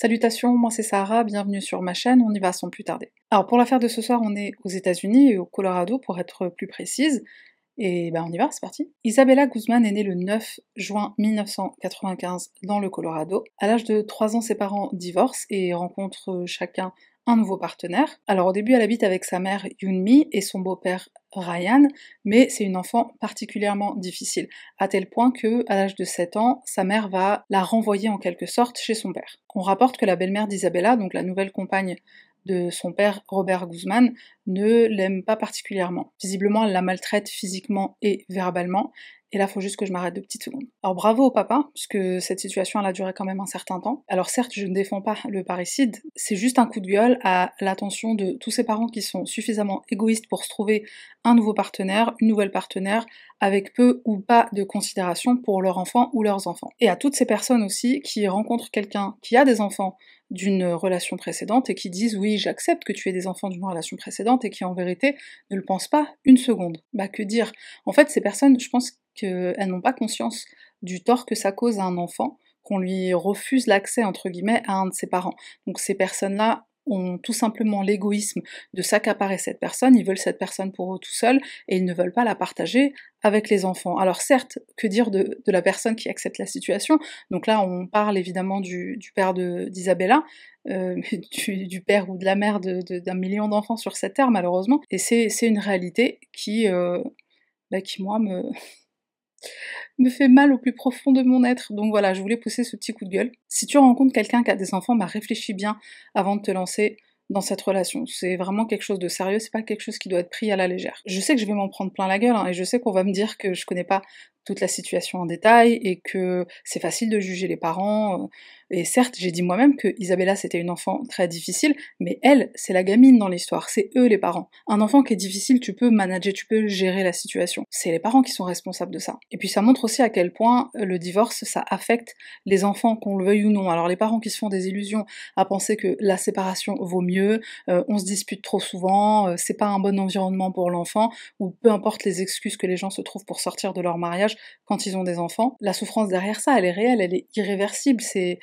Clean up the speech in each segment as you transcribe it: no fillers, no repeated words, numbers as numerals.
Salutations, moi c'est Sarah, bienvenue sur ma chaîne, on y va sans plus tarder. Alors pour l'affaire de ce soir, on est aux États-Unis et au Colorado pour être plus précise, et ben on y va, c'est parti. Isabella Guzman est née le 9 juin 1995 dans le Colorado. À l'âge de 3 ans, ses parents divorcent et rencontrent chacun un nouveau partenaire. Alors au début, elle habite avec sa mère Yoonmi et son beau-père Ryan, mais c'est une enfant particulièrement difficile, à tel point que, à l'âge de 7 ans, sa mère va la renvoyer en quelque sorte chez son père. On rapporte que la belle-mère d'Isabella, donc la nouvelle compagne de son père Robert Guzman, ne l'aime pas particulièrement. Visiblement, elle la maltraite physiquement et verbalement, et là, il faut juste que je m'arrête 2 petites secondes. Alors bravo au papa, puisque cette situation elle a duré quand même un certain temps. Alors certes, je ne défends pas le parricide, c'est juste un coup de gueule à l'attention de tous ces parents qui sont suffisamment égoïstes pour se trouver un nouveau partenaire, une nouvelle partenaire, avec peu ou pas de considération pour leur enfant ou leurs enfants. Et à toutes ces personnes aussi qui rencontrent quelqu'un qui a des enfants d'une relation précédente et qui disent oui, j'accepte que tu aies des enfants d'une relation précédente et qui en vérité ne le pensent pas une seconde. Bah que dire? En fait, ces personnes, je pense qu'elles n'ont pas conscience du tort que ça cause à un enfant, qu'on lui refuse l'accès entre guillemets à un de ses parents. Donc ces personnes-là ont tout simplement l'égoïsme de s'accaparer cette personne, ils veulent cette personne pour eux tout seuls, et ils ne veulent pas la partager avec les enfants. Alors certes, que dire de la personne qui accepte la situation? Donc là, on parle évidemment du père d'Isabella, du père ou de la mère d'un million d'enfants sur cette terre, malheureusement, et c'est une réalité qui moi, me fait mal au plus profond de mon être. Donc voilà, je voulais pousser ce petit coup de gueule. Si tu rencontres quelqu'un qui a des enfants, bah réfléchis bien avant de te lancer dans cette relation. C'est vraiment quelque chose de sérieux, c'est pas quelque chose qui doit être pris à la légère. Je sais que je vais m'en prendre plein la gueule, hein, et je sais qu'on va me dire que je connais pas toute la situation en détail, et que c'est facile de juger les parents, et certes, j'ai dit moi-même que Isabella c'était une enfant très difficile, mais elle, c'est la gamine dans l'histoire, c'est eux les parents. Un enfant qui est difficile, tu peux manager, tu peux gérer la situation. C'est les parents qui sont responsables de ça. Et puis ça montre aussi à quel point le divorce, ça affecte les enfants, qu'on le veuille ou non. Alors les parents qui se font des illusions à penser que la séparation vaut mieux, on se dispute trop souvent, c'est pas un bon environnement pour l'enfant, ou peu importe les excuses que les gens se trouvent pour sortir de leur mariage quand ils ont des enfants, la souffrance derrière ça, elle est réelle, elle est irréversible, c'est...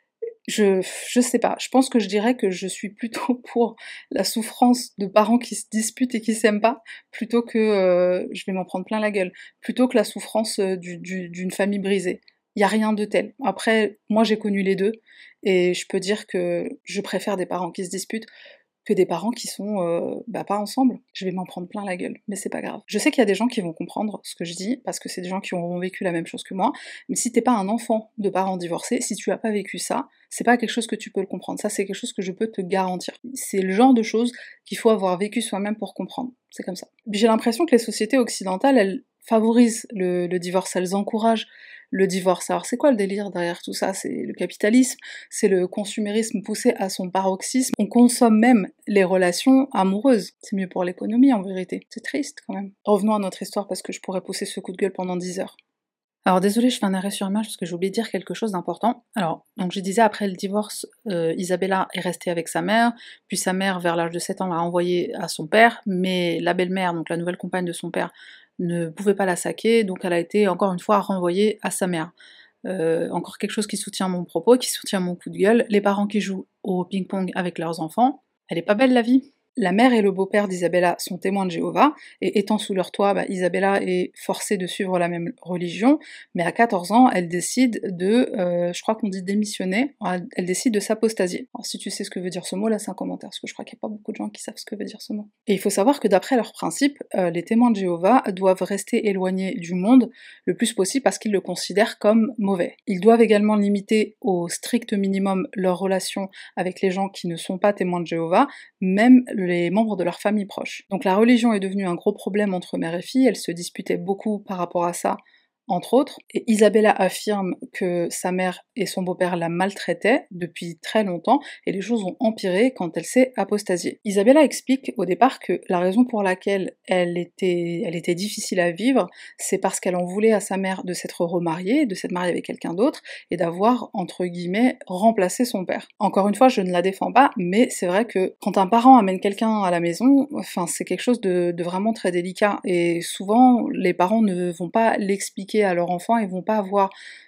Je sais pas, je pense que je dirais que je suis plutôt pour la souffrance de parents qui se disputent et qui s'aiment pas, plutôt que, je vais m'en prendre plein la gueule, plutôt que la souffrance d'une famille brisée. Y a rien de tel. Après, moi j'ai connu les deux, et je peux dire que je préfère des parents qui se disputent que des parents qui sont pas ensemble. Je vais m'en prendre plein la gueule, mais c'est pas grave. Je sais qu'il y a des gens qui vont comprendre ce que je dis, parce que c'est des gens qui auront vécu la même chose que moi, mais si t'es pas un enfant de parents divorcés, si tu as pas vécu ça, c'est pas quelque chose que tu peux le comprendre. Ça, c'est quelque chose que je peux te garantir. C'est le genre de choses qu'il faut avoir vécu soi-même pour comprendre. C'est comme ça. J'ai l'impression que les sociétés occidentales, elles favorisent le divorce, elles encouragent le divorce. Alors c'est quoi le délire derrière tout ça? C'est le capitalisme, c'est le consumérisme poussé à son paroxysme. On consomme même les relations amoureuses. C'est mieux pour l'économie en vérité. C'est triste quand même. Revenons à notre histoire parce que je pourrais pousser ce coup de gueule pendant 10 heures. Alors désolée, je fais un arrêt sur image parce que j'ai oublié de dire quelque chose d'important. Alors, donc je disais, après le divorce, Isabella est restée avec sa mère, puis sa mère, vers l'âge de 7 ans, l'a envoyée à son père, mais la belle-mère, donc la nouvelle compagne de son père, ne pouvait pas la saquer, donc elle a été encore une fois renvoyée à sa mère. Encore quelque chose qui soutient mon propos, qui soutient mon coup de gueule, les parents qui jouent au ping-pong avec leurs enfants. Elle est pas belle la vie? La mère et le beau-père d'Isabella sont témoins de Jéhovah, et étant sous leur toit, Isabella est forcée de suivre la même religion, mais à 14 ans, elle décide de, je crois qu'on dit démissionner, elle décide de s'apostasier. Alors si tu sais ce que veut dire ce mot, laisse un commentaire, parce que je crois qu'il n'y a pas beaucoup de gens qui savent ce que veut dire ce mot. Et il faut savoir que d'après leurs principes, les témoins de Jéhovah doivent rester éloignés du monde le plus possible parce qu'ils le considèrent comme mauvais. Ils doivent également limiter au strict minimum leurs relations avec les gens qui ne sont pas témoins de Jéhovah, même les membres de leur famille proche. Donc la religion est devenue un gros problème entre mère et fille, elles se disputaient beaucoup par rapport à ça, entre autres, et Isabella affirme que sa mère et son beau-père la maltraitaient depuis très longtemps, et les choses ont empiré quand elle s'est apostasiée. Isabella explique au départ que la raison pour laquelle elle était difficile à vivre, c'est parce qu'elle en voulait à sa mère de s'être remariée, de s'être mariée avec quelqu'un d'autre, et d'avoir, entre guillemets, remplacé son père. Encore une fois, je ne la défends pas, mais c'est vrai que quand un parent amène quelqu'un à la maison, enfin, c'est quelque chose de vraiment très délicat, et souvent, les parents ne vont pas l'expliquer expliquer à leur enfant, ils vont pas avoir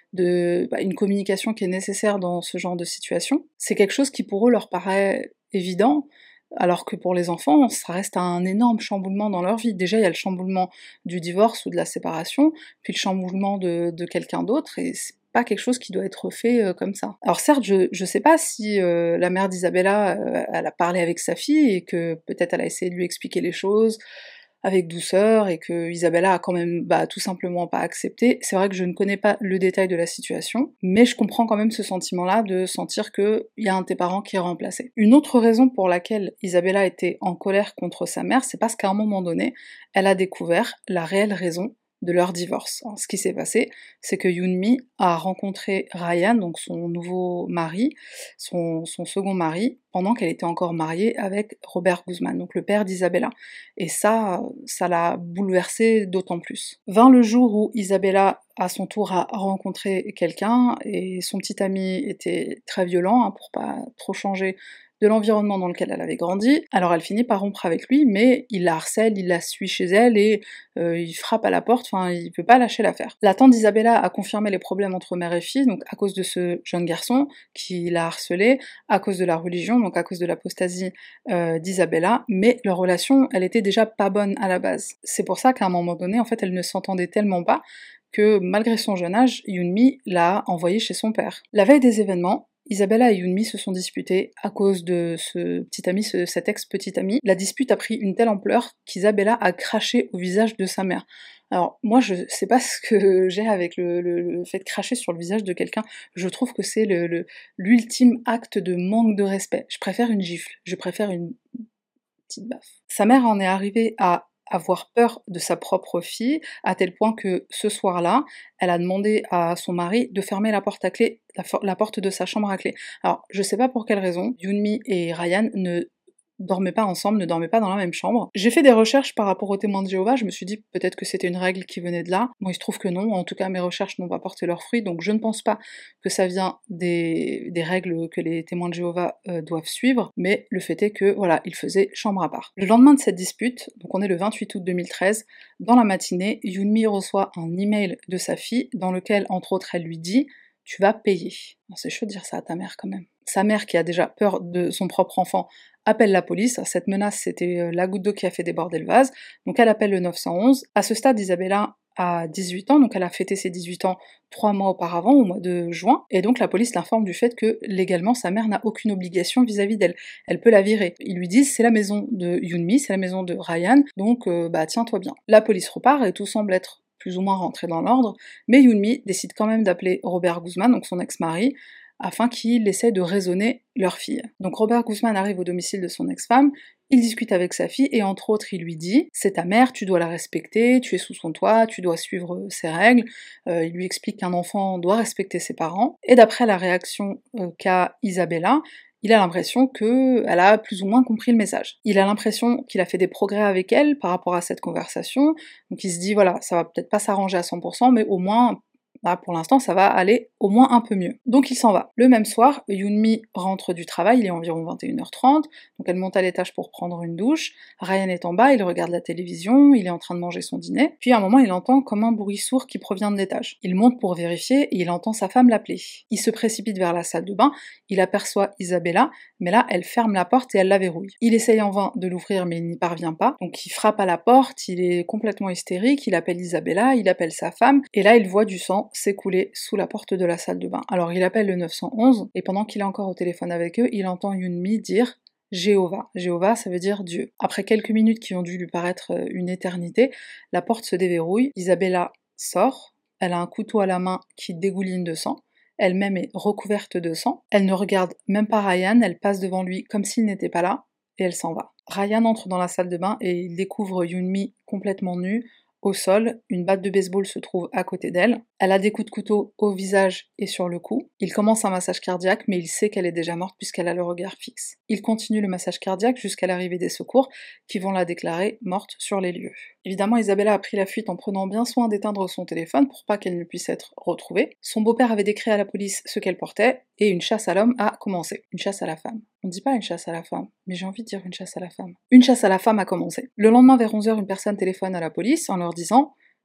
une communication qui est nécessaire dans ce genre de situation. C'est quelque chose qui pour eux leur paraît évident, alors que pour les enfants, ça reste un énorme chamboulement dans leur vie. Déjà, il y a le chamboulement du divorce ou de la séparation, puis le chamboulement de quelqu'un d'autre, et c'est pas quelque chose qui doit être fait comme ça. Alors certes, je sais pas si la mère d'Isabella, elle a parlé avec sa fille, et que peut-être elle a essayé de lui expliquer les choses, avec douceur, et que Isabella a quand même tout simplement pas accepté. C'est vrai que je ne connais pas le détail de la situation, mais je comprends quand même ce sentiment-là de sentir qu'il y a un de tes parents qui est remplacé. Une autre raison pour laquelle Isabella était en colère contre sa mère, c'est parce qu'à un moment donné, elle a découvert la réelle raison de leur divorce. Alors, ce qui s'est passé, c'est que Yoonmi a rencontré Ryan, donc son nouveau mari, son second mari, pendant qu'elle était encore mariée avec Robert Guzman, donc le père d'Isabella. Et ça l'a bouleversée d'autant plus. Vint le jour où Isabella, à son tour, a rencontré quelqu'un, et son petit ami était très violent, pour pas trop changer de l'environnement dans lequel elle avait grandi. Alors elle finit par rompre avec lui, mais il la harcèle, il la suit chez elle, et il frappe à la porte, enfin il peut pas lâcher l'affaire. La tante d'Isabella a confirmé les problèmes entre mère et fille, donc à cause de ce jeune garçon qui l'a harcelée, à cause de la religion, donc à cause de l'apostasie d'Isabella, mais leur relation, elle était déjà pas bonne à la base. C'est pour ça qu'à un moment donné, en fait, elle ne s'entendait tellement pas que malgré son jeune âge, Yoonmi l'a envoyée chez son père. La veille des événements, Isabella et Yoonmi se sont disputés à cause de ce petit ami, cet ex-petit ami. La dispute a pris une telle ampleur qu'Isabella a craché au visage de sa mère. Alors moi je sais pas ce que j'ai avec le fait de cracher sur le visage de quelqu'un, je trouve que c'est l'ultime acte de manque de respect. Je préfère une gifle, je préfère une petite baffe. Sa mère en est arrivée à avoir peur de sa propre fille, à tel point que ce soir-là, elle a demandé à son mari de fermer la porte à clé, la porte de sa chambre à clé. Alors, je sais pas pour quelle raison, Yoonmi et Ryan ne dormaient pas ensemble, ne dormaient pas dans la même chambre. J'ai fait des recherches par rapport aux témoins de Jéhovah, je me suis dit peut-être que c'était une règle qui venait de là. Bon, il se trouve que non, en tout cas mes recherches n'ont pas porté leurs fruits, donc je ne pense pas que ça vient des règles que les témoins de Jéhovah doivent suivre, mais le fait est que, voilà, ils faisaient chambre à part. Le lendemain de cette dispute, donc on est le 28 août 2013, dans la matinée, Yoonmi reçoit un email de sa fille, dans lequel, entre autres, elle lui dit « Tu vas payer ». C'est chaud de dire ça à ta mère quand même. Sa mère, qui a déjà peur de son propre enfant, appelle la police. Cette menace, c'était la goutte d'eau qui a fait déborder le vase, donc elle appelle le 911. À ce stade, Isabella a 18 ans, donc elle a fêté ses 18 ans 3 mois auparavant, au mois de juin, et donc la police l'informe du fait que, légalement, sa mère n'a aucune obligation vis-à-vis d'elle. Elle peut la virer. Ils lui disent, c'est la maison de Yoonmi, c'est la maison de Ryan, donc tiens-toi bien. La police repart, et tout semble être plus ou moins rentré dans l'ordre, mais Yoonmi décide quand même d'appeler Robert Guzman, donc son ex-mari, afin qu'il essaie de raisonner leur fille. Donc Robert Guzman arrive au domicile de son ex-femme, il discute avec sa fille, et entre autres il lui dit « c'est ta mère, tu dois la respecter, tu es sous son toit, tu dois suivre ses règles », il lui explique qu'un enfant doit respecter ses parents, et d'après la réaction qu'a Isabella, il a l'impression qu'elle a plus ou moins compris le message. Il a l'impression qu'il a fait des progrès avec elle par rapport à cette conversation, donc il se dit voilà, ça va peut-être pas s'arranger à 100%, mais au moins pour l'instant, ça va aller au moins un peu mieux. Donc il s'en va. Le même soir, Yoonmi rentre du travail, il est environ 21h30, donc elle monte à l'étage pour prendre une douche. Ryan est en bas, il regarde la télévision, il est en train de manger son dîner, puis à un moment il entend comme un bruit sourd qui provient de l'étage. Il monte pour vérifier et il entend sa femme l'appeler. Il se précipite vers la salle de bain, il aperçoit Isabella, mais là elle ferme la porte et elle la verrouille. Il essaye en vain de l'ouvrir mais il n'y parvient pas, donc il frappe à la porte, il est complètement hystérique, il appelle Isabella, il appelle sa femme, et là il voit du sang s'écouler sous la porte de la salle de bain. Alors il appelle le 911, et pendant qu'il est encore au téléphone avec eux, il entend Yoonmi dire Jéhovah. Jéhovah, ça veut dire Dieu. Après quelques minutes qui ont dû lui paraître une éternité, la porte se déverrouille, Isabella sort, elle a un couteau à la main qui dégouline de sang, elle-même est recouverte de sang, elle ne regarde même pas Ryan, elle passe devant lui comme s'il n'était pas là, et elle s'en va. Ryan entre dans la salle de bain et il découvre Yoonmi complètement nue, au sol, une batte de baseball se trouve à côté d'elle. Elle a des coups de couteau au visage et sur le cou. Il commence un massage cardiaque, mais il sait qu'elle est déjà morte puisqu'elle a le regard fixe. Il continue le massage cardiaque jusqu'à l'arrivée des secours, qui vont la déclarer morte sur les lieux. Évidemment, Isabella a pris la fuite en prenant bien soin d'éteindre son téléphone pour pas qu'elle ne puisse être retrouvée. Son beau-père avait décrit à la police ce qu'elle portait, et une chasse à l'homme a commencé. Une chasse à la femme. On dit pas une chasse à la femme, mais j'ai envie de dire une chasse à la femme. Une chasse à la femme a commencé. Le lendemain vers 11h, une personne téléphone à la police en leur disant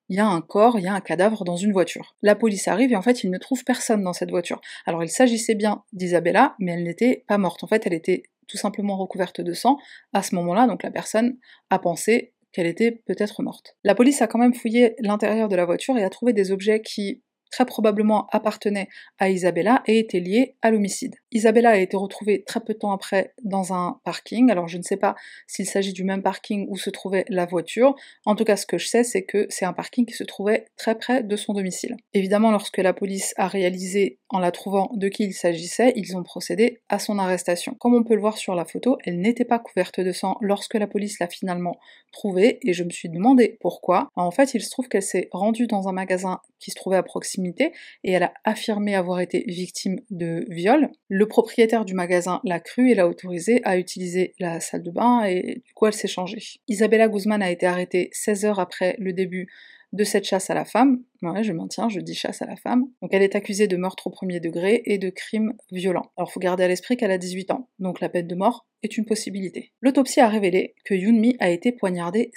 il y a un corps, il y a un cadavre dans une voiture. La police arrive et en fait, ils ne trouvent personne dans cette voiture. Alors il s'agissait bien d'Isabella, mais elle n'était pas morte. En fait, elle était tout simplement recouverte de sang à ce moment-là, donc la personne a pensé qu'elle était peut-être morte. La police a quand même fouillé l'intérieur de la voiture et a trouvé des objets qui très probablement appartenaient à Isabella et étaient liés à l'homicide. Isabella a été retrouvée très peu de temps après dans un parking, alors je ne sais pas s'il s'agit du même parking où se trouvait la voiture, en tout cas ce que je sais c'est que c'est un parking qui se trouvait très près de son domicile. Évidemment lorsque la police a réalisé en la trouvant de qui il s'agissait, ils ont procédé à son arrestation. Comme on peut le voir sur la photo, elle n'était pas couverte de sang lorsque la police l'a finalement trouvée et je me suis demandé pourquoi. En fait il se trouve qu'elle s'est rendue dans un magasin qui se trouvait à proximité et elle a affirmé avoir été victime de viol. Le propriétaire du magasin l'a cru et l'a autorisé à utiliser la salle de bain et du coup elle s'est changée. Isabella Guzman a été arrêtée 16 heures après le début de cette chasse à la femme. Ouais, je maintiens, je dis chasse à la femme. Donc elle est accusée de meurtre au premier degré et de crimes violents. Alors faut garder à l'esprit qu'elle a 18 ans, donc la peine de mort est une possibilité. L'autopsie a révélé que Yoon-mi a été poignardée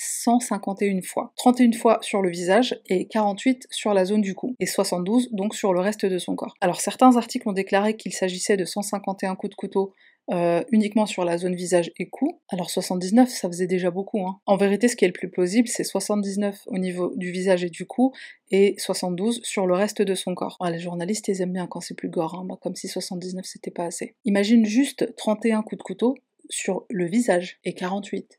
151 fois. 31 fois sur le visage et 48 sur la zone du cou, et 72 donc sur le reste de son corps. Alors certains articles ont déclaré qu'il s'agissait de 151 coups de couteau uniquement sur la zone visage et cou. Alors 79, ça faisait déjà beaucoup, hein. En vérité, ce qui est le plus plausible, c'est 79 au niveau du visage et du cou, et 72 sur le reste de son corps. Les journalistes, ils aiment bien quand c'est plus gore, hein, comme si 79 c'était pas assez. Imagine juste 31 coups de couteau sur le visage, et 48.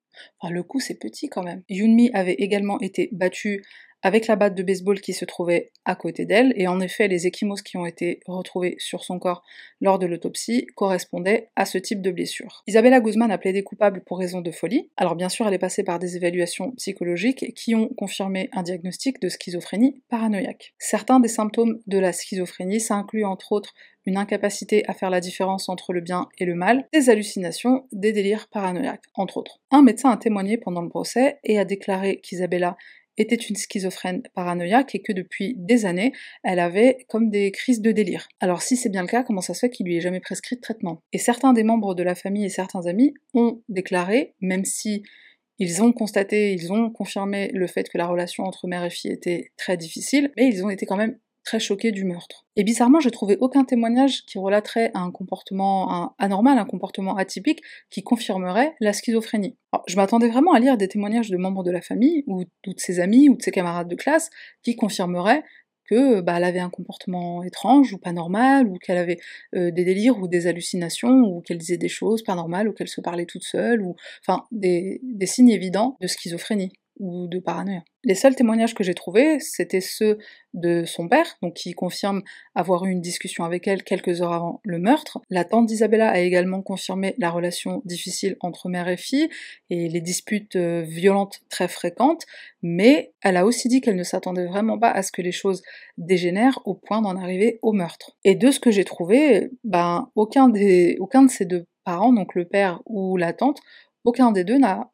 Le coup, c'est petit quand même. Yoon-mi avait également été battue avec la batte de baseball qui se trouvait à côté d'elle, et en effet, les ecchymoses qui ont été retrouvés sur son corps lors de l'autopsie correspondaient à ce type de blessure. Isabella Guzman a plaidé coupable pour raison de folie. Alors bien sûr, elle est passée par des évaluations psychologiques qui ont confirmé un diagnostic de schizophrénie paranoïaque. Certains des symptômes de la schizophrénie, ça inclut entre autres une incapacité à faire la différence entre le bien et le mal, des hallucinations, des délires paranoïaques, entre autres. Un médecin a témoigné pendant le procès et a déclaré qu'Isabella était une schizophrène paranoïaque et que depuis des années, elle avait comme des crises de délire. Alors si c'est bien le cas, comment ça se fait qu'il lui ait jamais prescrit de traitement? Et certains des membres de la famille et certains amis ont déclaré, même si ils ont constaté, ils ont confirmé le fait que la relation entre mère et fille était très difficile, mais ils ont été quand même très choqués du meurtre. Et bizarrement, j'ai trouvé aucun témoignage qui relaterait un comportement anormal, un comportement atypique, qui confirmerait la schizophrénie. Alors, je m'attendais vraiment à lire des témoignages de membres de la famille, ou de ses amis, ou de ses camarades de classe, qui confirmeraient que elle avait un comportement étrange ou pas normal, ou qu'elle avait des délires ou des hallucinations, ou qu'elle disait des choses pas normales, ou qu'elle se parlait toute seule, ou enfin des signes évidents de schizophrénie ou de paranoïa. Les seuls témoignages que j'ai trouvés, c'était ceux de son père, donc qui confirme avoir eu une discussion avec elle quelques heures avant le meurtre. La tante d'Isabella a également confirmé la relation difficile entre mère et fille, et les disputes violentes très fréquentes, mais elle a aussi dit qu'elle ne s'attendait vraiment pas à ce que les choses dégénèrent au point d'en arriver au meurtre. Et de ce que j'ai trouvé, aucun de ces deux parents, donc le père ou la tante, aucun des deux n'a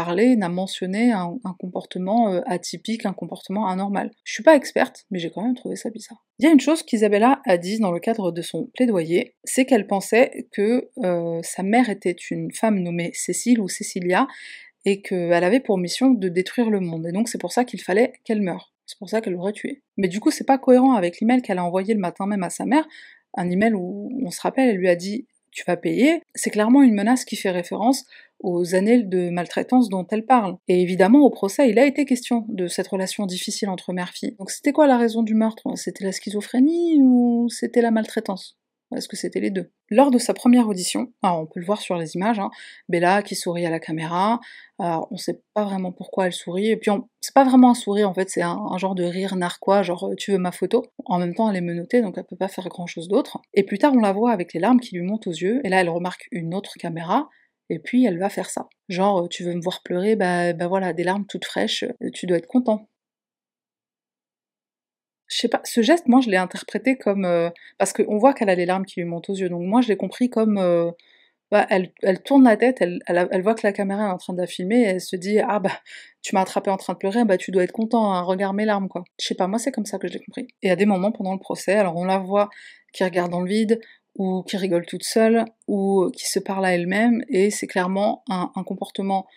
mentionné un comportement atypique, un comportement anormal. Je suis pas experte, mais j'ai quand même trouvé ça bizarre. Il y a une chose qu'Isabella a dit dans le cadre de son plaidoyer, c'est qu'elle pensait que sa mère était une femme nommée Cécile ou Cécilia, et qu'elle avait pour mission de détruire le monde, et donc c'est pour ça qu'il fallait qu'elle meure. C'est pour ça qu'elle l'aurait tuée. Mais du coup, c'est pas cohérent avec l'email qu'elle a envoyé le matin même à sa mère, un email où, on se rappelle, elle lui a dit tu vas payer, c'est clairement une menace qui fait référence aux années de maltraitance dont elle parle. Et évidemment, au procès, il a été question de cette relation difficile entre mère-fille. Donc c'était quoi la raison du meurtre? C'était la schizophrénie ou c'était la maltraitance? Est-ce que c'était les deux? Lors de sa première audition, alors on peut le voir sur les images, hein, Bella qui sourit à la caméra, on sait pas vraiment pourquoi elle sourit, et puis c'est pas vraiment un sourire en fait, c'est un genre de rire narquois, genre tu veux ma photo? En même temps elle est menottée donc elle peut pas faire grand chose d'autre. Et plus tard on la voit avec les larmes qui lui montent aux yeux, et là elle remarque une autre caméra, et puis elle va faire ça. Genre tu veux me voir pleurer, bah voilà, des larmes toutes fraîches, tu dois être content. Je sais pas, ce geste, moi, je l'ai interprété comme, parce qu'on voit qu'elle a les larmes qui lui montent aux yeux, donc moi, je l'ai compris comme, elle tourne la tête, elle voit que la caméra est en train de la filmer, et elle se dit: «Ah bah, tu m'as attrapé en train de pleurer, bah tu dois être content, hein, regarde mes larmes, quoi». Je sais pas, moi, c'est comme ça que je l'ai compris. Et à des moments pendant le procès, alors on la voit qui regarde dans le vide, ou qui rigole toute seule, ou qui se parle à elle-même, et c'est clairement un comportement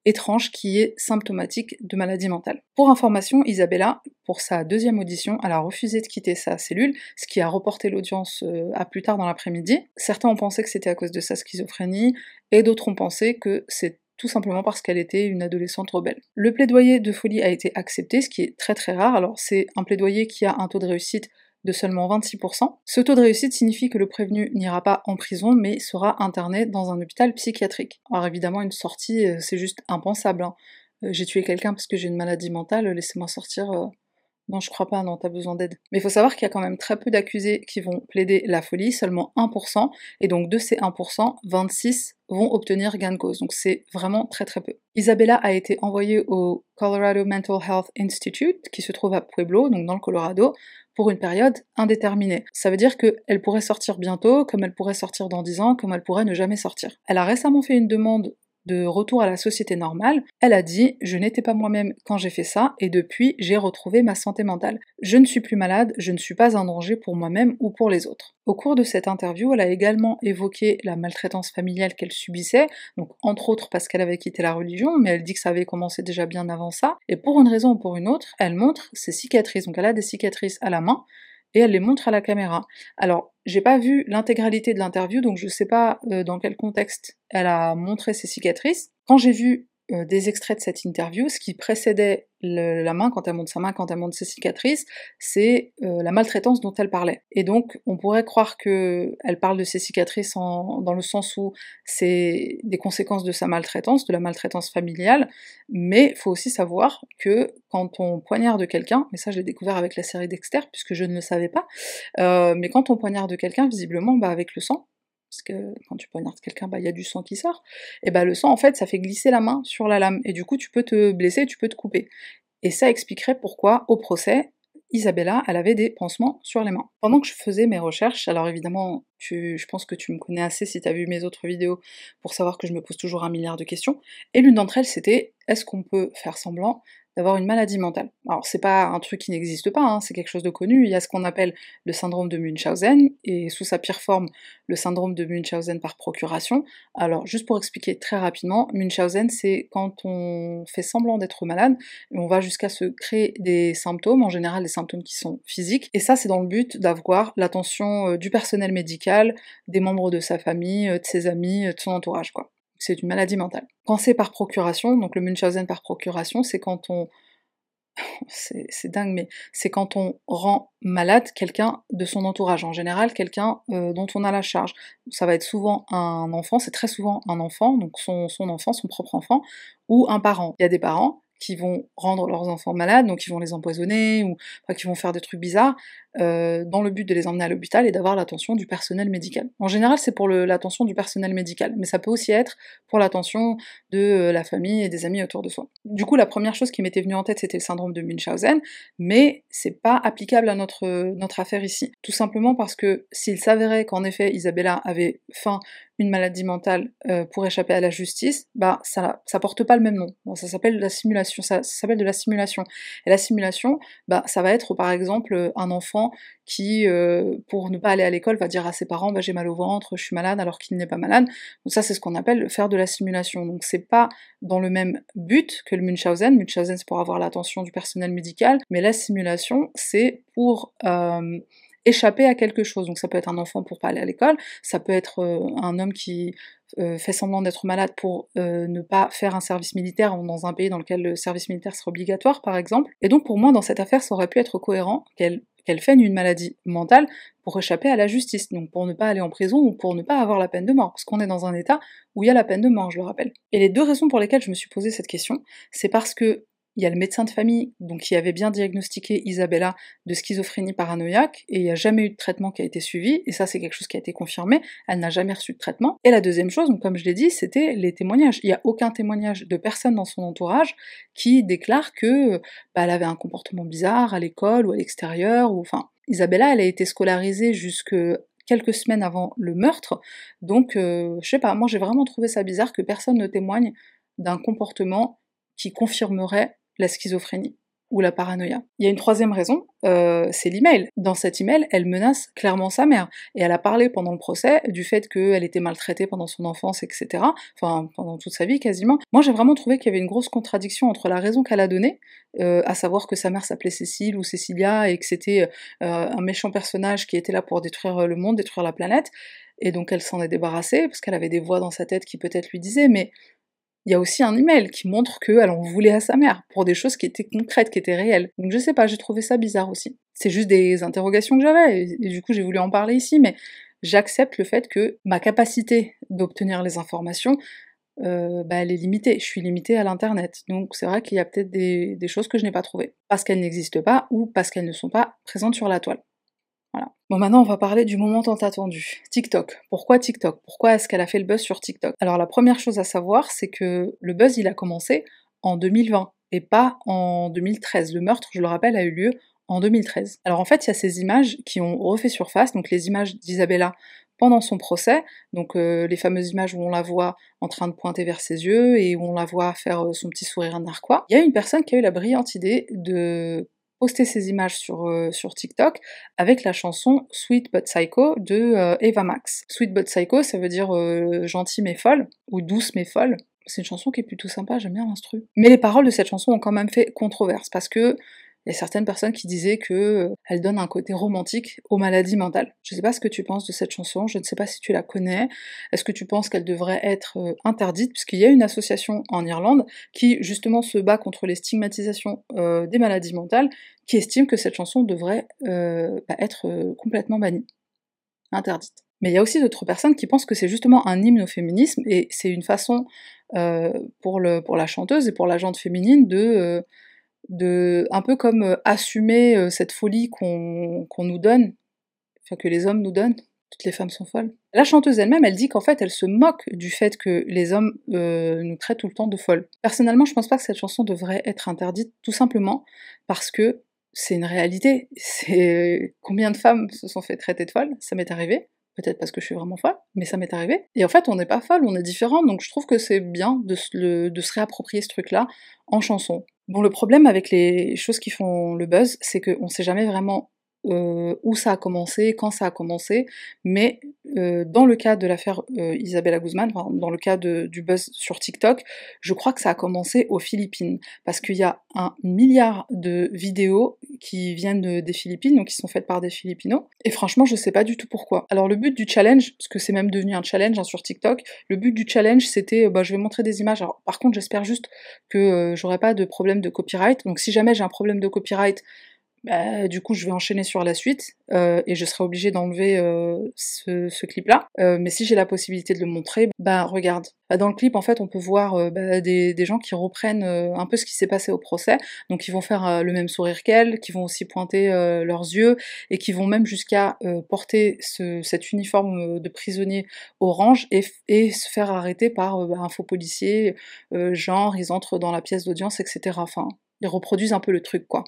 étrange qui est symptomatique de maladie mentale. Pour information, Isabella, pour sa deuxième audition, elle a refusé de quitter sa cellule, ce qui a reporté l'audience à plus tard dans l'après-midi. Certains ont pensé que c'était à cause de sa schizophrénie, et d'autres ont pensé que c'est tout simplement parce qu'elle était une adolescente rebelle. Le plaidoyer de folie a été accepté, ce qui est très très rare. Alors c'est un plaidoyer qui a un taux de réussite de seulement 26%. Ce taux de réussite signifie que le prévenu n'ira pas en prison, mais sera interné dans un hôpital psychiatrique. Alors évidemment, une sortie, c'est juste impensable, hein. J'ai tué quelqu'un parce que j'ai une maladie mentale, laissez-moi sortir. Non, je crois pas, non, t'as besoin d'aide. Mais il faut savoir qu'il y a quand même très peu d'accusés qui vont plaider la folie, seulement 1%, et donc de ces 1%, 26 vont obtenir gain de cause, donc c'est vraiment très très peu. Isabella a été envoyée au Colorado Mental Health Institute, qui se trouve à Pueblo, donc dans le Colorado, pour une période indéterminée. Ça veut dire qu'elle pourrait sortir bientôt, comme elle pourrait sortir dans 10 ans, comme elle pourrait ne jamais sortir. Elle a récemment fait une demande de retour à la société normale. Elle a dit « Je n'étais pas moi-même quand j'ai fait ça, et depuis, j'ai retrouvé ma santé mentale. Je ne suis plus malade, je ne suis pas un danger pour moi-même ou pour les autres. » Au cours de cette interview, elle a également évoqué la maltraitance familiale qu'elle subissait, donc entre autres parce qu'elle avait quitté la religion, mais elle dit que ça avait commencé déjà bien avant ça, et pour une raison ou pour une autre, elle montre ses cicatrices, donc elle a des cicatrices à la main, et elle les montre à la caméra. Alors, j'ai pas vu l'intégralité de l'interview, donc je sais pas dans quel contexte elle a montré ses cicatrices. Quand j'ai vu des extraits de cette interview, ce qui précédait la main, quand elle montre sa main, quand elle montre ses cicatrices, c'est la maltraitance dont elle parlait. Et donc, on pourrait croire qu'elle parle de ses cicatrices dans le sens où c'est des conséquences de sa maltraitance, de la maltraitance familiale, mais il faut aussi savoir que quand on poignarde quelqu'un, et ça je l'ai découvert avec la série Dexter, puisque je ne le savais pas, mais quand on poignarde quelqu'un, visiblement, bah, avec le sang, parce que quand tu poignardes quelqu'un, bah, il y a du sang qui sort, et bah le sang, en fait, ça fait glisser la main sur la lame, et du coup, tu peux te blesser, tu peux te couper. Et ça expliquerait pourquoi, au procès, Isabella, elle avait des pansements sur les mains. Pendant que je faisais mes recherches, alors évidemment, je pense que tu me connais assez si t'as vu mes autres vidéos pour savoir que je me pose toujours 1 milliard de questions, et l'une d'entre elles, c'était, est-ce qu'on peut faire semblant d'avoir une maladie mentale? Alors c'est pas un truc qui n'existe pas, hein, c'est quelque chose de connu, il y a ce qu'on appelle le syndrome de Munchausen, et sous sa pire forme, le syndrome de Munchausen par procuration. Alors juste pour expliquer très rapidement, Munchausen c'est quand on fait semblant d'être malade, et on va jusqu'à se créer des symptômes, en général des symptômes qui sont physiques, et ça c'est dans le but d'avoir l'attention du personnel médical, des membres de sa famille, de ses amis, de son entourage, quoi. C'est une maladie mentale. Quand c'est par procuration, donc le Munchausen par procuration, c'est quand on... c'est dingue, mais c'est quand on rend malade quelqu'un de son entourage, en général quelqu'un dont on a la charge. Ça va être souvent un enfant, c'est très souvent un enfant, donc son enfant, son propre enfant, ou un parent. Il y a des parents qui vont rendre leurs enfants malades, donc ils vont les empoisonner, ou enfin, qui vont faire des trucs bizarres, dans le but de les emmener à l'hôpital et d'avoir l'attention du personnel médical. En général, c'est pour l'attention du personnel médical, mais ça peut aussi être pour l'attention de la famille et des amis autour de soi. Du coup, la première chose qui m'était venue en tête, c'était le syndrome de Munchausen, mais c'est pas applicable à notre affaire ici. Tout simplement parce que s'il s'avérait qu'en effet Isabella avait feint une maladie mentale pour échapper à la justice, bah ça porte pas le même nom. Bon, ça s'appelle la simulation, ça s'appelle de la simulation. Et la simulation, bah ça va être par exemple un enfant qui, pour ne pas aller à l'école, va dire à ses parents bah j'ai mal au ventre, je suis malade alors qu'il n'est pas malade. Donc ça c'est ce qu'on appelle faire de la simulation. Donc c'est pas dans le même but que le Munchausen. Munchausen c'est pour avoir l'attention du personnel médical, mais la simulation c'est pour échapper à quelque chose. Donc ça peut être un enfant pour pas aller à l'école, ça peut être un homme qui fait semblant d'être malade pour ne pas faire un service militaire dans un pays dans lequel le service militaire serait obligatoire, par exemple. Et donc pour moi, dans cette affaire, ça aurait pu être cohérent qu'elle feigne une maladie mentale pour échapper à la justice, donc pour ne pas aller en prison ou pour ne pas avoir la peine de mort, parce qu'on est dans un état où il y a la peine de mort, je le rappelle. Et les deux raisons pour lesquelles je me suis posé cette question, c'est parce que il y a le médecin de famille, donc qui avait bien diagnostiqué Isabella de schizophrénie paranoïaque, et il n'y a jamais eu de traitement qui a été suivi, et ça c'est quelque chose qui a été confirmé, elle n'a jamais reçu de traitement. Et la deuxième chose, donc comme je l'ai dit, c'était les témoignages. Il n'y a aucun témoignage de personne dans son entourage qui déclare que elle avait un comportement bizarre à l'école ou à l'extérieur, ou enfin... Isabella, elle a été scolarisée jusque quelques semaines avant le meurtre, donc je sais pas, moi j'ai vraiment trouvé ça bizarre que personne ne témoigne d'un comportement qui confirmerait la schizophrénie. ou la paranoïa. Il y a une troisième raison, c'est l'email. Dans cet email, elle menace clairement sa mère, et elle a parlé pendant le procès du fait qu'elle était maltraitée pendant son enfance, etc., enfin pendant toute sa vie quasiment. Moi j'ai vraiment trouvé qu'il y avait une grosse contradiction entre la raison qu'elle a donnée, à savoir que sa mère s'appelait Cécile ou Cécilia, et que c'était un méchant personnage qui était là pour détruire le monde, détruire la planète, et donc elle s'en est débarrassée, parce qu'elle avait des voix dans sa tête qui peut-être lui disaient, mais il y a aussi un email qui montre qu'elle en voulait à sa mère, pour des choses qui étaient concrètes, qui étaient réelles. Donc je sais pas, j'ai trouvé ça bizarre aussi. C'est juste des interrogations que j'avais, et du coup j'ai voulu en parler ici, mais j'accepte le fait que ma capacité d'obtenir les informations, elle est limitée. Je suis limitée à l'internet. Donc c'est vrai qu'il y a peut-être des choses que je n'ai pas trouvées. Parce qu'elles n'existent pas, ou parce qu'elles ne sont pas présentes sur la toile. Voilà. Bon, maintenant on va parler du moment tant attendu. TikTok. Pourquoi TikTok? Pourquoi est-ce qu'elle a fait le buzz sur TikTok? Alors la première chose à savoir, c'est que le buzz il a commencé en 2020 et pas en 2013. Le meurtre, je le rappelle, a eu lieu en 2013. Alors en fait, il y a ces images qui ont refait surface, donc les images d'Isabella pendant son procès, donc les fameuses images où on la voit en train de pointer vers ses yeux et où on la voit faire son petit sourire narquois. Il y a une personne qui a eu la brillante idée de poster ces images sur TikTok avec la chanson Sweet But Psycho de Ava Max. Sweet But Psycho, ça veut dire gentille mais folle, ou douce mais folle. C'est une chanson qui est plutôt sympa, j'aime bien l'instru. Mais les paroles de cette chanson ont quand même fait controverse, parce que il y a certaines personnes qui disaient que elle donne un côté romantique aux maladies mentales. Je sais pas ce que tu penses de cette chanson, je ne sais pas si tu la connais. Est-ce que tu penses qu'elle devrait être interdite? Puisqu'il y a une association en Irlande qui justement se bat contre les stigmatisations des maladies mentales, qui estime que cette chanson devrait être complètement bannie, interdite. Mais il y a aussi d'autres personnes qui pensent que c'est justement un hymne au féminisme, et c'est une façon pour la chanteuse et pour la gente féminine de un peu comme assumer cette folie qu'on nous donne, enfin que les hommes nous donnent. Toutes les femmes sont folles. La chanteuse elle-même, elle dit qu'en fait, elle se moque du fait que les hommes nous traitent tout le temps de folles. Personnellement, je pense pas que cette chanson devrait être interdite, tout simplement parce que c'est une réalité. C'est combien de femmes se sont fait traiter de folles? Ça m'est arrivé. Peut-être parce que je suis vraiment folle, mais ça m'est arrivé. Et en fait, on n'est pas folle, on est différent, donc je trouve que c'est bien de se réapproprier ce truc-là en chanson. Bon, le problème avec les choses qui font le buzz, c'est qu'on sait jamais vraiment où ça a commencé, quand ça a commencé, mais dans le cas de l'affaire Isabella Guzman, enfin, dans le cas du buzz sur TikTok, je crois que ça a commencé aux Philippines, parce qu'il y a 1 milliard de vidéos qui viennent des Philippines, donc qui sont faites par des Filipinos, et franchement je sais pas du tout pourquoi. Alors le but du challenge, parce que c'est même devenu un challenge sur TikTok, le but du challenge c'était, je vais montrer des images, alors par contre j'espère juste que j'aurai pas de problème de copyright, donc si jamais j'ai un problème de copyright, du coup je vais enchaîner sur la suite, et je serai obligée d'enlever ce clip-là. Mais si j'ai la possibilité de le montrer, regarde. Dans le clip, en fait, on peut voir des gens qui reprennent un peu ce qui s'est passé au procès, donc ils vont faire le même sourire qu'elle, qui vont aussi pointer leurs yeux, et qui vont même jusqu'à porter cet uniforme de prisonnier orange, et se faire arrêter par un faux policier, genre ils entrent dans la pièce d'audience, etc. Enfin, ils reproduisent un peu le truc, quoi.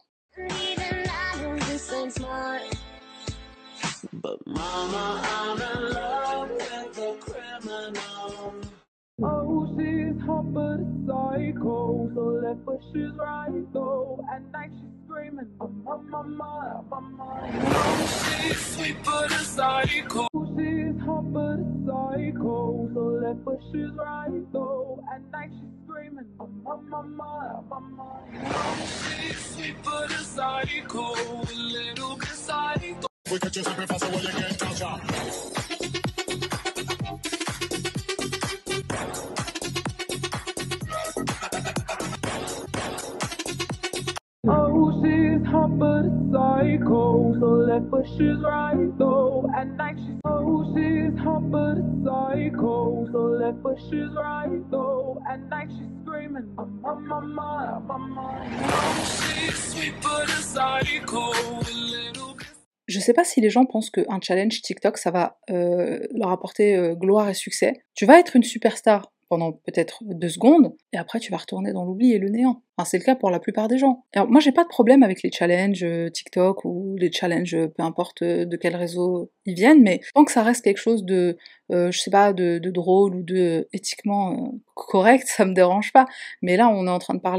But mama, I'm in love with a criminal. Oh, she's hot but a psycho, so left but she's right though. At night she's screaming, I'm on my mind, my mind. Oh, she's sweet but a psycho. She's hot but a psycho, so left but she's right though. At night she's screaming, I'm on my mind, my mind. Oh, she's sweet but a psycho, a little bit psycho. We could just have faster when you get touch up. Oh, she's hot but a psycho, so left but she's right though. At night she's hot but a psycho, so left but she's right though. At night she's screaming, I'm on my mind, my mind. Oh, she's sweet but a psycho, a little. Je sais pas si les gens pensent qu'un challenge TikTok, ça va leur apporter gloire et succès. Tu vas être une superstar pendant peut-être 2 secondes, et après tu vas retourner dans l'oubli et le néant. Enfin, c'est le cas pour la plupart des gens. Alors moi j'ai pas de problème avec les challenges TikTok, ou les challenges peu importe de quel réseau ils viennent, mais tant que ça reste quelque chose de, je sais pas, de drôle ou de éthiquement correct, ça me dérange pas. Mais là on est en train de parler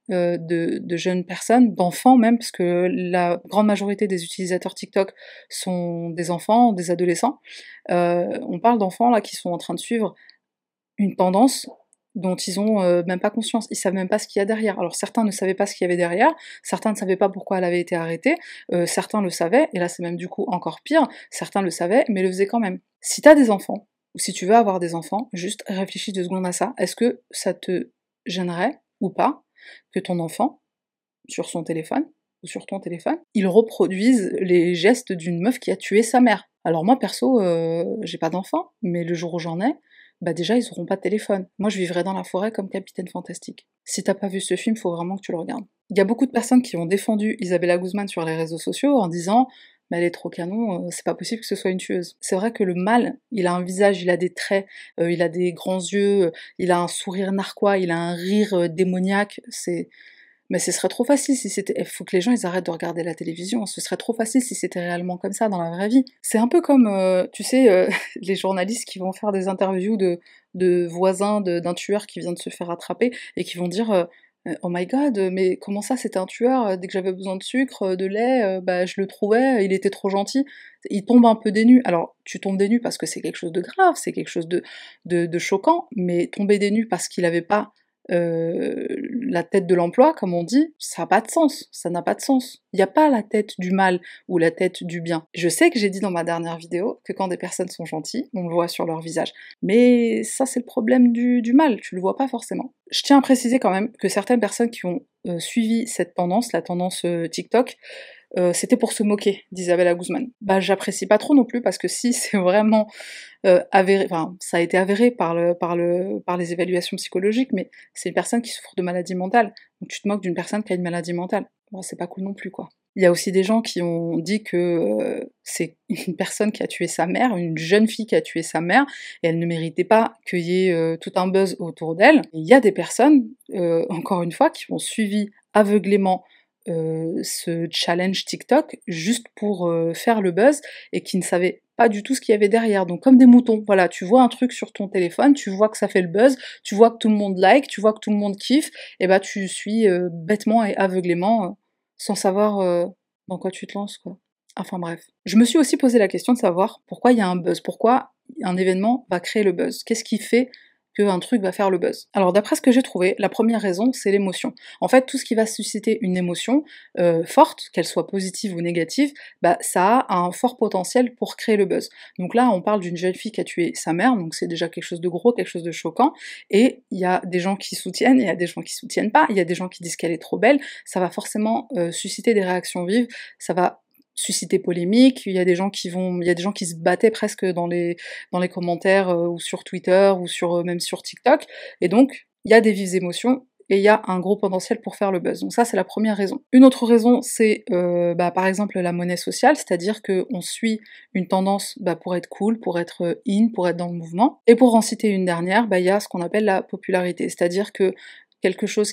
de jeunes personnes, d'enfants même, parce que la grande majorité des utilisateurs TikTok sont des enfants, des adolescents. On parle d'enfants là qui sont en train de suivre une tendance dont ils ont même pas conscience, ils savent même pas ce qu'il y a derrière. Alors certains ne savaient pas ce qu'il y avait derrière, certains ne savaient pas pourquoi elle avait été arrêtée, certains le savaient, et là c'est même du coup encore pire, certains le savaient, mais le faisaient quand même. Si t'as des enfants, ou si tu veux avoir des enfants, juste réfléchis 2 secondes à ça. Est-ce que ça te gênerait, ou pas, que ton enfant, sur son téléphone, ou sur ton téléphone, il reproduise les gestes d'une meuf qui a tué sa mère? Alors moi perso, j'ai pas d'enfant, mais le jour où j'en ai, bah déjà ils auront pas de téléphone. Moi je vivrai dans la forêt comme Capitaine Fantastique. Si t'as pas vu ce film, faut vraiment que tu le regardes. Il y a beaucoup de personnes qui ont défendu Isabella Guzman sur les réseaux sociaux en disant mais elle est trop canon, c'est pas possible que ce soit une tueuse. C'est vrai que le mal, il a un visage, il a des traits, il a des grands yeux, il a un sourire narquois, il a un rire démoniaque, mais ce serait trop facile si c'était... Il faut que les gens ils arrêtent de regarder la télévision, ce serait trop facile si c'était réellement comme ça dans la vraie vie. C'est un peu comme, tu sais, les journalistes qui vont faire des interviews de voisins d'un tueur qui vient de se faire attraper, et qui vont dire Oh my god, mais comment ça c'était un tueur? Dès que j'avais besoin de sucre, de lait, bah je le trouvais, il était trop gentil. Il tombe un peu des nues. Alors, tu tombes des nues parce que c'est quelque chose de grave, c'est quelque chose de choquant, mais tomber des nues parce qu'il avait pas la tête de l'emploi, comme on dit, ça n'a pas de sens, ça n'a pas de sens. Il n'y a pas la tête du mal ou la tête du bien. Je sais que j'ai dit dans ma dernière vidéo que quand des personnes sont gentilles, on le voit sur leur visage. Mais ça, c'est le problème du mal, tu le vois pas forcément. Je tiens à préciser quand même que certaines personnes qui ont suivi cette tendance, la tendance TikTok, c'était pour se moquer d'Isabella Guzman. Bah j'apprécie pas trop non plus, parce que si c'est vraiment avéré, enfin ça a été avéré par les évaluations psychologiques, mais c'est une personne qui souffre de maladie mentale, donc tu te moques d'une personne qui a une maladie mentale. Bon, c'est pas cool non plus quoi. Il y a aussi des gens qui ont dit que c'est une personne qui a tué sa mère, une jeune fille qui a tué sa mère, et elle ne méritait pas qu'il y ait tout un buzz autour d'elle. Il y a des personnes, encore une fois, qui ont suivi aveuglément ce challenge TikTok juste pour faire le buzz, et qui ne savaient pas du tout ce qu'il y avait derrière. Donc comme des moutons, voilà, tu vois un truc sur ton téléphone, tu vois que ça fait le buzz, tu vois que tout le monde like, tu vois que tout le monde kiffe, et bah tu suis bêtement et aveuglément, sans savoir dans quoi tu te lances, quoi. Enfin bref. Je me suis aussi posé la question de savoir pourquoi il y a un buzz, pourquoi un événement va créer le buzz, qu'est-ce qui fait qu'un truc va faire le buzz. Alors d'après ce que j'ai trouvé, la première raison, c'est l'émotion. En fait, tout ce qui va susciter une émotion forte, qu'elle soit positive ou négative, bah ça a un fort potentiel pour créer le buzz. Donc là, on parle d'une jeune fille qui a tué sa mère, donc c'est déjà quelque chose de gros, quelque chose de choquant, et il y a des gens qui soutiennent, il y a des gens qui soutiennent pas, il y a des gens qui disent qu'elle est trop belle, ça va forcément susciter des réactions vives, ça va susciter polémique, il y a des gens qui se battaient presque dans les commentaires ou sur Twitter ou même sur TikTok, et donc il y a des vives émotions et il y a un gros potentiel pour faire le buzz. Donc ça c'est la première raison. Une autre raison c'est par exemple la monnaie sociale, c'est-à-dire qu'on suit une tendance pour être cool, pour être in, pour être dans le mouvement. Et pour en citer une dernière, il y a ce qu'on appelle la popularité, c'est-à-dire que quelque chose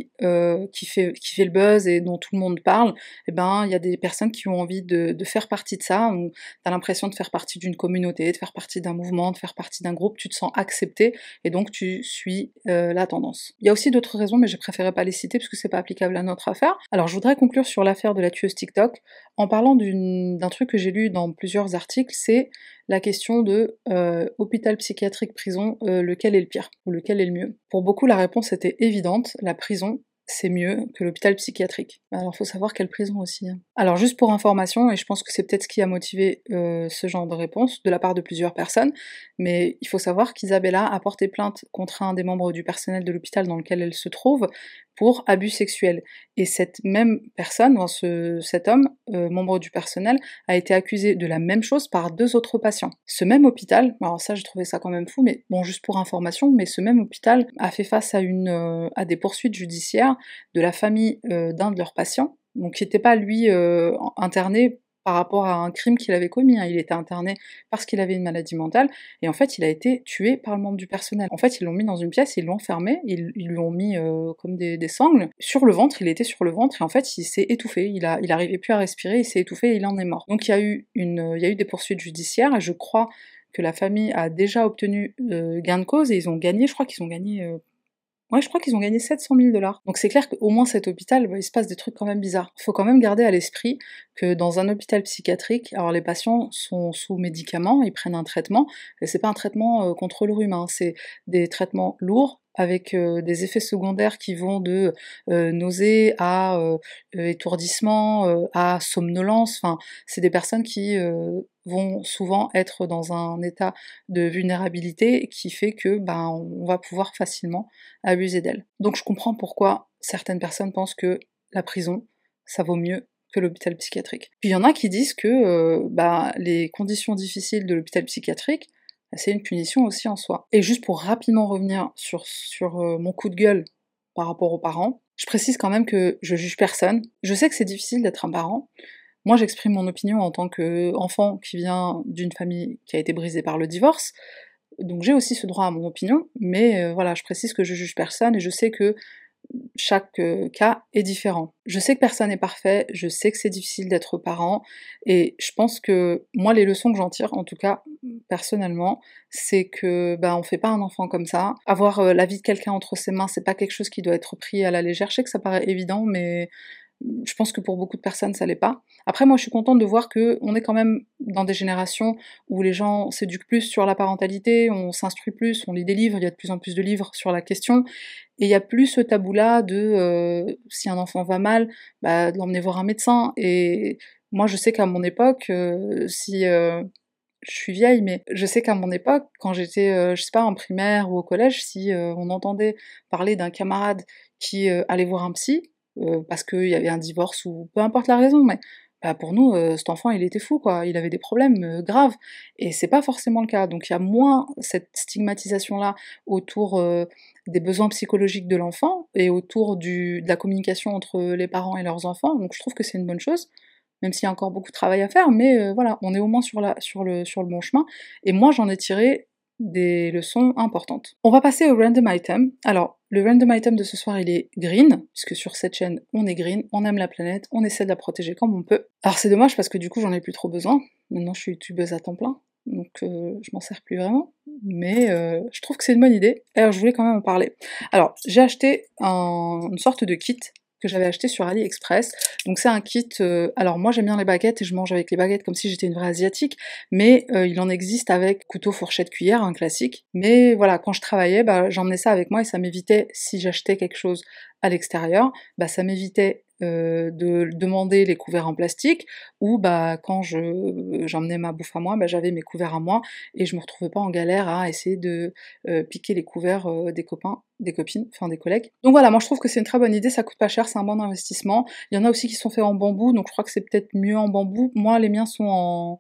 qui fait le buzz et dont tout le monde parle, et ben il y a des personnes qui ont envie de faire partie de ça, ou t'as l'impression de faire partie d'une communauté, de faire partie d'un mouvement, de faire partie d'un groupe, tu te sens accepté, et donc tu suis la tendance. Il y a aussi d'autres raisons, mais j'ai préféré pas les citer parce que c'est pas applicable à notre affaire. Alors je voudrais conclure sur l'affaire de la tueuse TikTok en parlant d'un truc que j'ai lu dans plusieurs articles, c'est la question de hôpital psychiatrique, prison, lequel est le pire, ou lequel est le mieux. Pour beaucoup, la réponse était évidente, la prison, c'est mieux que l'hôpital psychiatrique. Alors faut savoir quelle prison aussi, hein. Alors juste pour information, et je pense que c'est peut-être ce qui a motivé ce genre de réponse, de la part de plusieurs personnes, mais il faut savoir qu'Isabella a porté plainte contre un des membres du personnel de l'hôpital dans lequel elle se trouve, pour abus sexuels. Et cette même personne, cet homme, membre du personnel, a été accusé de la même chose par 2 autres patients. Ce même hôpital, alors ça j'ai trouvé ça quand même fou, mais bon juste pour information, mais ce même hôpital a fait face à des poursuites judiciaires de la famille d'un de leurs patients, donc qui n'était pas lui interné par rapport à un crime qu'il avait commis, hein. Il était interné parce qu'il avait une maladie mentale, et en fait il a été tué par le membre du personnel. En fait ils l'ont mis dans une pièce, ils l'ont enfermé, ils lui ont mis comme des sangles sur le ventre, il était sur le ventre, et en fait il s'est étouffé, il arrivait plus à respirer, il s'est étouffé et il en est mort. Donc il y a eu des poursuites judiciaires, et je crois que la famille a déjà obtenu gain de cause, et ils ont gagné, je crois qu'ils ont gagné Ouais, je crois qu'ils ont gagné 700 000 $. Donc c'est clair qu'au moins cet hôpital, bah, il se passe des trucs quand même bizarres. Faut quand même garder à l'esprit que dans un hôpital psychiatrique, alors les patients sont sous médicaments, ils prennent un traitement, et c'est pas un traitement contre le rhume, hein, c'est des traitements lourds avec des effets secondaires qui vont de nausées à étourdissement, à somnolence, enfin, c'est des personnes qui vont souvent être dans un état de vulnérabilité qui fait que ben, on va pouvoir facilement abuser d'elles. Donc je comprends pourquoi certaines personnes pensent que la prison, ça vaut mieux que l'hôpital psychiatrique. Puis il y en a qui disent que bah, les conditions difficiles de l'hôpital psychiatrique, c'est une punition aussi en soi. Et juste pour rapidement revenir sur mon coup de gueule par rapport aux parents, je précise quand même que je juge personne. Je sais que c'est difficile d'être un parent. Moi, j'exprime mon opinion en tant qu'enfant qui vient d'une famille qui a été brisée par le divorce, donc j'ai aussi ce droit à mon opinion, mais voilà, je précise que je juge personne et je sais que chaque cas est différent. Je sais que personne n'est parfait, je sais que c'est difficile d'être parent, et je pense que moi, les leçons que j'en tire, en tout cas personnellement, c'est que bah, on fait pas un enfant comme ça. Avoir la vie de quelqu'un entre ses mains, c'est pas quelque chose qui doit être pris à la légère. Je sais que ça paraît évident, mais je pense que pour beaucoup de personnes, ça l'est pas. Après, moi, je suis contente de voir que on est quand même dans des générations où les gens s'éduquent plus sur la parentalité, on s'instruit plus, on lit des livres, il y a de plus en plus de livres sur la question, et il y a plus ce tabou-là de si un enfant va mal, bah, de l'emmener voir un médecin. Et moi, je sais qu'à mon époque, si je suis vieille, mais je sais qu'à mon époque, quand j'étais, je sais pas, en primaire ou au collège, si on entendait parler d'un camarade qui allait voir un psy, parce qu'il y avait un divorce ou peu importe la raison, mais bah, pour nous, cet enfant, il était fou, quoi. Il avait des problèmes graves. Et c'est pas forcément le cas. Donc il y a moins cette stigmatisation-là autour des besoins psychologiques de l'enfant et autour de la communication entre les parents et leurs enfants. Donc je trouve que c'est une bonne chose, même s'il y a encore beaucoup de travail à faire, mais voilà, on est au moins sur le bon chemin. Et moi, j'en ai tiré des leçons importantes. On va passer au random item. Alors, le random item de ce soir, il est green, puisque sur cette chaîne, on est green, on aime la planète, on essaie de la protéger comme on peut. Alors c'est dommage parce que du coup, j'en ai plus trop besoin. Maintenant, je suis youtubeuse à temps plein, donc je m'en sers plus vraiment. Mais je trouve que c'est une bonne idée. Et alors, je voulais quand même en parler. Alors, j'ai acheté une sorte de kit que j'avais acheté sur AliExpress. Donc c'est un kit, alors moi j'aime bien les baguettes et je mange avec les baguettes comme si j'étais une vraie asiatique, mais il en existe avec couteau, fourchette, cuillère, un classique. Mais voilà, quand je travaillais, bah, j'emmenais ça avec moi et ça m'évitait, si j'achetais quelque chose à l'extérieur, bah, ça m'évitait de demander les couverts en plastique, ou bah, quand j'emmenais ma bouffe à moi, bah, j'avais mes couverts à moi et je me retrouvais pas en galère à essayer de piquer les couverts des copains, des copines, enfin des collègues. Donc voilà, moi je trouve que c'est une très bonne idée, ça coûte pas cher, c'est un bon investissement. Il y en a aussi qui sont faits en bambou, donc je crois que c'est peut-être mieux en bambou. Moi, les miens sont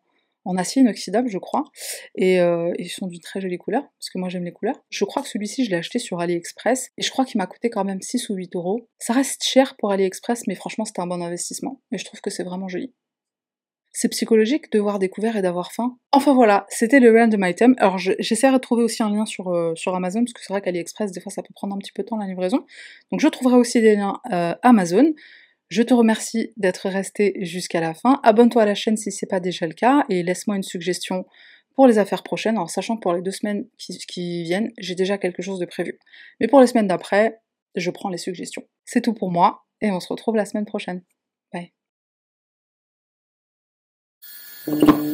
en acier inoxydable, je crois, et ils sont d'une très jolie couleur, parce que moi j'aime les couleurs. Je crois que celui-ci, je l'ai acheté sur AliExpress, et je crois qu'il m'a coûté quand même 6 ou 8 euros. Ça reste cher pour AliExpress, mais franchement, c'était un bon investissement, et je trouve que c'est vraiment joli. C'est psychologique de voir des couverts et d'avoir faim. Enfin voilà, c'était le random item. Alors j'essaierai de trouver aussi un lien sur Amazon, parce que c'est vrai qu'AliExpress, des fois ça peut prendre un petit peu de temps la livraison. Donc je trouverai aussi des liens Amazon. Je te remercie d'être resté jusqu'à la fin. Abonne-toi à la chaîne si c'est pas déjà le cas, et laisse-moi une suggestion pour les affaires prochaines, en sachant que pour les 2 semaines qui viennent, j'ai déjà quelque chose de prévu. Mais pour les semaines d'après, je prends les suggestions. C'est tout pour moi, et on se retrouve la semaine prochaine. Bye.